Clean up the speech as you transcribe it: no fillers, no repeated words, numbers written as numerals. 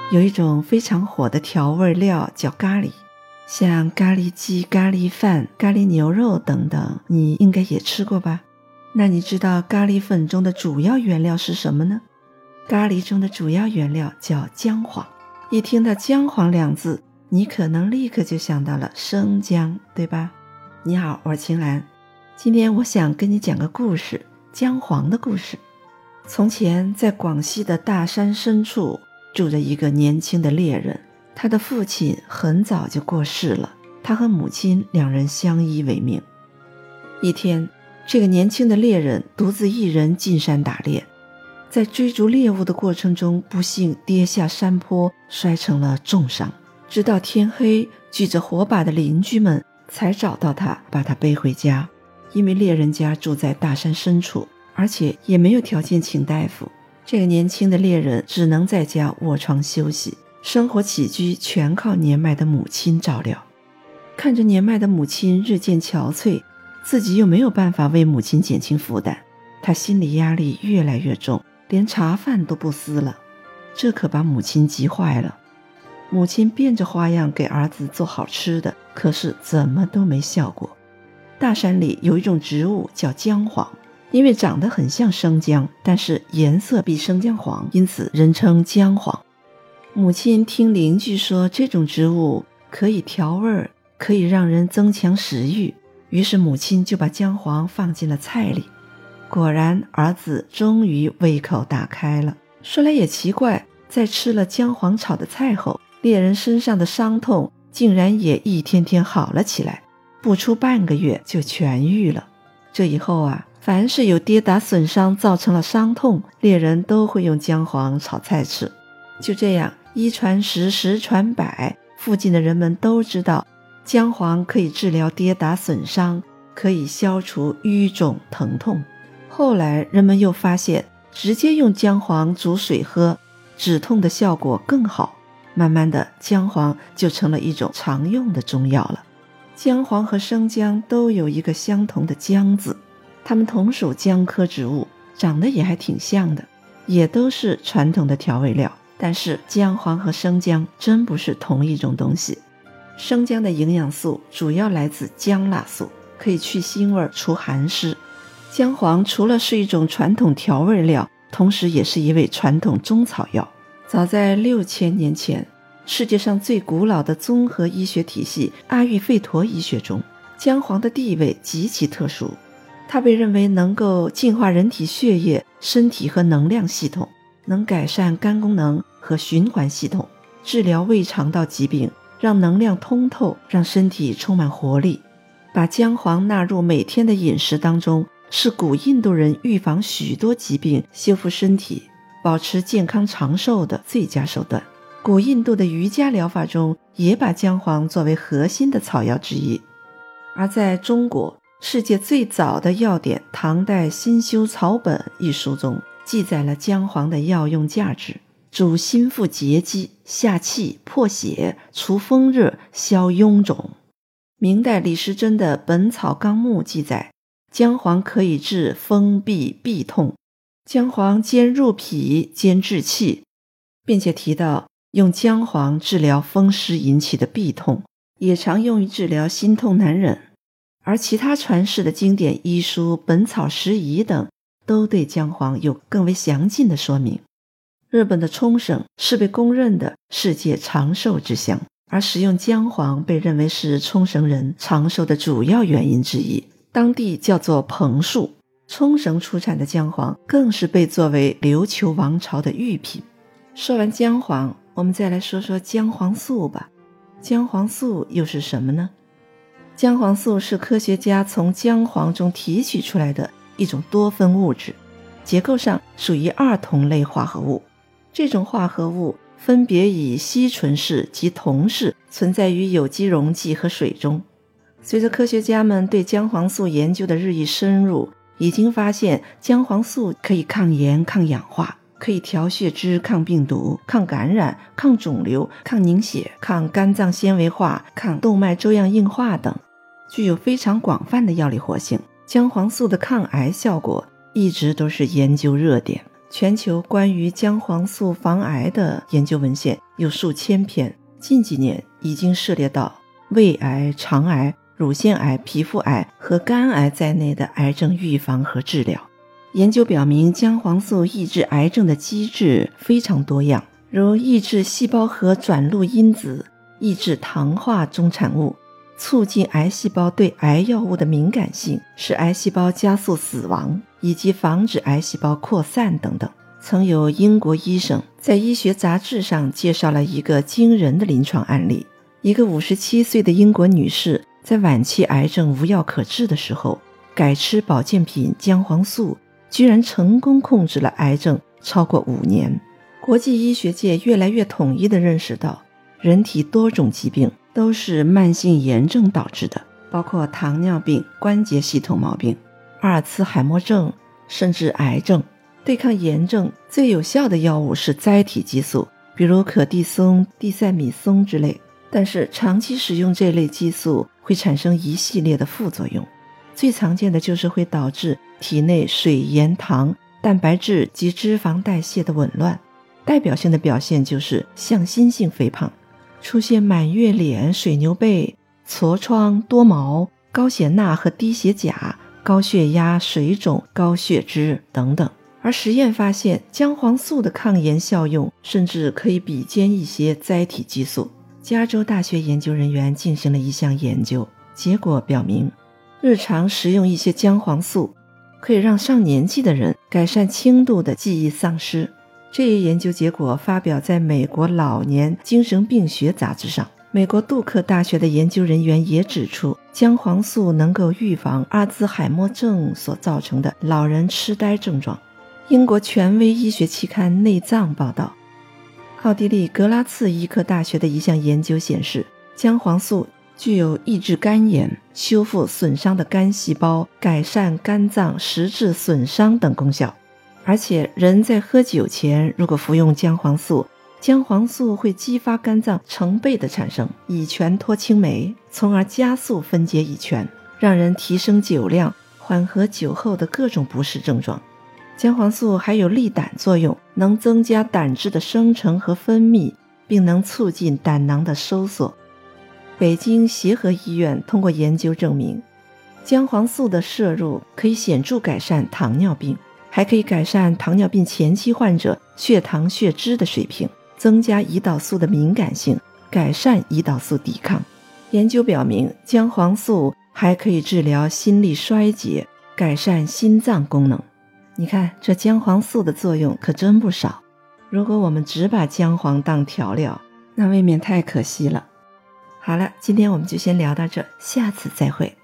有一种非常火的调味料叫咖喱，像咖喱鸡、咖喱饭、咖喱牛肉等等，你应该也吃过吧？那你知道咖喱粉中的主要原料是什么呢？咖喱中的主要原料叫姜黄。一听到姜黄两字，你可能立刻就想到了生姜，对吧？你好，我是青兰。今天我想跟你讲个故事，姜黄的故事。从前在广西的大山深处住着一个年轻的猎人，他的父亲很早就过世了，他和母亲两人相依为命。一天，这个年轻的猎人独自一人进山打猎，在追逐猎物的过程中不幸跌下山坡，摔成了重伤。直到天黑，举着火把的邻居们才找到他，把他背回家。因为猎人家住在大山深处，而且也没有条件请大夫，这个年轻的猎人只能在家卧床休息，生活起居全靠年迈的母亲照料。看着年迈的母亲日渐憔悴，自己又没有办法为母亲减轻负担，他心理压力越来越重，连茶饭都不思了。这可把母亲急坏了。母亲变着花样给儿子做好吃的，可是怎么都没效果。大山里有一种植物叫姜黄，因为长得很像生姜，但是颜色比生姜黄，因此人称姜黄。母亲听邻居说这种植物可以调味，可以让人增强食欲，于是母亲就把姜黄放进了菜里。果然，儿子终于胃口打开了。说来也奇怪，在吃了姜黄炒的菜后，猎人身上的伤痛竟然也一天天好了起来，不出半个月就痊愈了。这以后啊，凡是有跌打损伤造成了伤痛，猎人都会用姜黄炒菜吃。就这样，一传十，十传百，附近的人们都知道姜黄可以治疗跌打损伤，可以消除淤肿疼痛。后来人们又发现，直接用姜黄煮水喝，止痛的效果更好。慢慢的，姜黄就成了一种常用的中药了。姜黄和生姜都有一个相同的姜字，它们同属姜科植物，长得也还挺像的，也都是传统的调味料。但是姜黄和生姜真不是同一种东西。生姜的营养素主要来自姜辣素，可以去腥味除寒湿。姜黄除了是一种传统调味料，同时也是一味传统中草药。早在6000年前，世界上最古老的综合医学体系阿育吠陀医学中，姜黄的地位极其特殊。它被认为能够净化人体血液、身体和能量系统，能改善肝功能和循环系统，治疗胃肠道疾病，让能量通透，让身体充满活力。把姜黄纳入每天的饮食当中，是古印度人预防许多疾病、修复身体、保持健康长寿的最佳手段。古印度的瑜伽疗法中也把姜黄作为核心的草药之一。而在中国，世界最早的药典《唐代新修草本》一书中记载了姜黄的药用价值：主心腹结肌、下气、破血、除风热、消臃肿。明代李时珍的《本草纲目》记载，姜黄可以治风痹痹痛，姜黄兼入脾兼治气，并且提到用姜黄治疗风湿引起的痹痛，也常用于治疗心痛难忍。而其他传世的经典医书《本草拾遗》等都对姜黄有更为详尽的说明。日本的冲绳是被公认的世界长寿之乡，而食用姜黄被认为是冲绳人长寿的主要原因之一。当地叫做彭树，冲绳出产的姜黄更是被作为琉球王朝的御品。说完姜黄，我们再来说说姜黄素吧。姜黄素又是什么呢？姜黄素是科学家从姜黄中提取出来的一种多酚物质，结构上属于二酮类化合物。这种化合物分别以烯醇式及酮式存在于有机溶剂和水中。随着科学家们对姜黄素研究的日益深入，已经发现姜黄素可以抗炎、抗氧化，可以调血脂、抗病毒、抗感染、抗肿瘤、抗凝血、抗肝脏纤维化、抗动脉粥样硬化等，具有非常广泛的药理活性。姜黄素的抗癌效果一直都是研究热点。 全球关于姜黄素防癌的研究文献有数千篇，近几年已经涉猎到胃癌、肠癌、乳腺癌、皮肤癌和肝癌在内的癌症预防和治疗。研究表明，姜黄素抑制癌症的机制非常多样，如抑制细胞核转录因子、抑制糖化终产物、促进癌细胞对癌药物的敏感性，使癌细胞加速死亡，以及防止癌细胞扩散等等。曾有英国医生在医学杂志上介绍了一个惊人的临床案例，一个57岁的英国女士在晚期癌症无药可治的时候，改吃保健品姜黄素，居然成功控制了癌症超过5年。国际医学界越来越统一地认识到，人体多种疾病都是慢性炎症导致的，包括糖尿病、关节系统毛病、阿尔茨海默症，甚至癌症。对抗炎症最有效的药物是甾体激素，比如可地松、地塞米松之类，但是长期使用这类激素会产生一系列的副作用，最常见的就是会导致体内水盐糖、蛋白质及脂肪代谢的紊乱，代表性的表现就是向心性肥胖，出现满月脸、水牛背、痤疮、多毛、高血钠和低血钾、高血压、水肿、高血脂等等。而实验发现，姜黄素的抗炎效用甚至可以比肩一些甾体激素。加州大学研究人员进行了一项研究，结果表明，日常食用一些姜黄素可以让上年纪的人改善轻度的记忆丧失。这一研究结果发表在美国老年精神病学杂志上。美国杜克大学的研究人员也指出，姜黄素能够预防阿兹海默症所造成的老人痴呆症状。英国权威医学期刊《内脏》报道，奥地利格拉茨医科大学的一项研究显示，姜黄素具有抑制肝炎、修复损伤的肝细胞、改善肝脏实质损伤等功效。而且人在喝酒前如果服用姜黄素，姜黄素会激发肝脏成倍的产生乙醛脱氢酶，从而加速分解乙醛，让人提升酒量，缓和酒后的各种不适症状。姜黄素还有利胆作用，能增加胆汁的生成和分泌，并能促进胆囊的收缩。北京协和医院通过研究证明，姜黄素的摄入可以显著改善糖尿病，还可以改善糖尿病前期患者血糖血脂的水平，增加胰岛素的敏感性，改善胰岛素抵抗。研究表明，姜黄素还可以治疗心力衰竭，改善心脏功能。你看，这姜黄素的作用可真不少。如果我们只把姜黄当调料，那未免太可惜了。好了，今天我们就先聊到这，下次再会。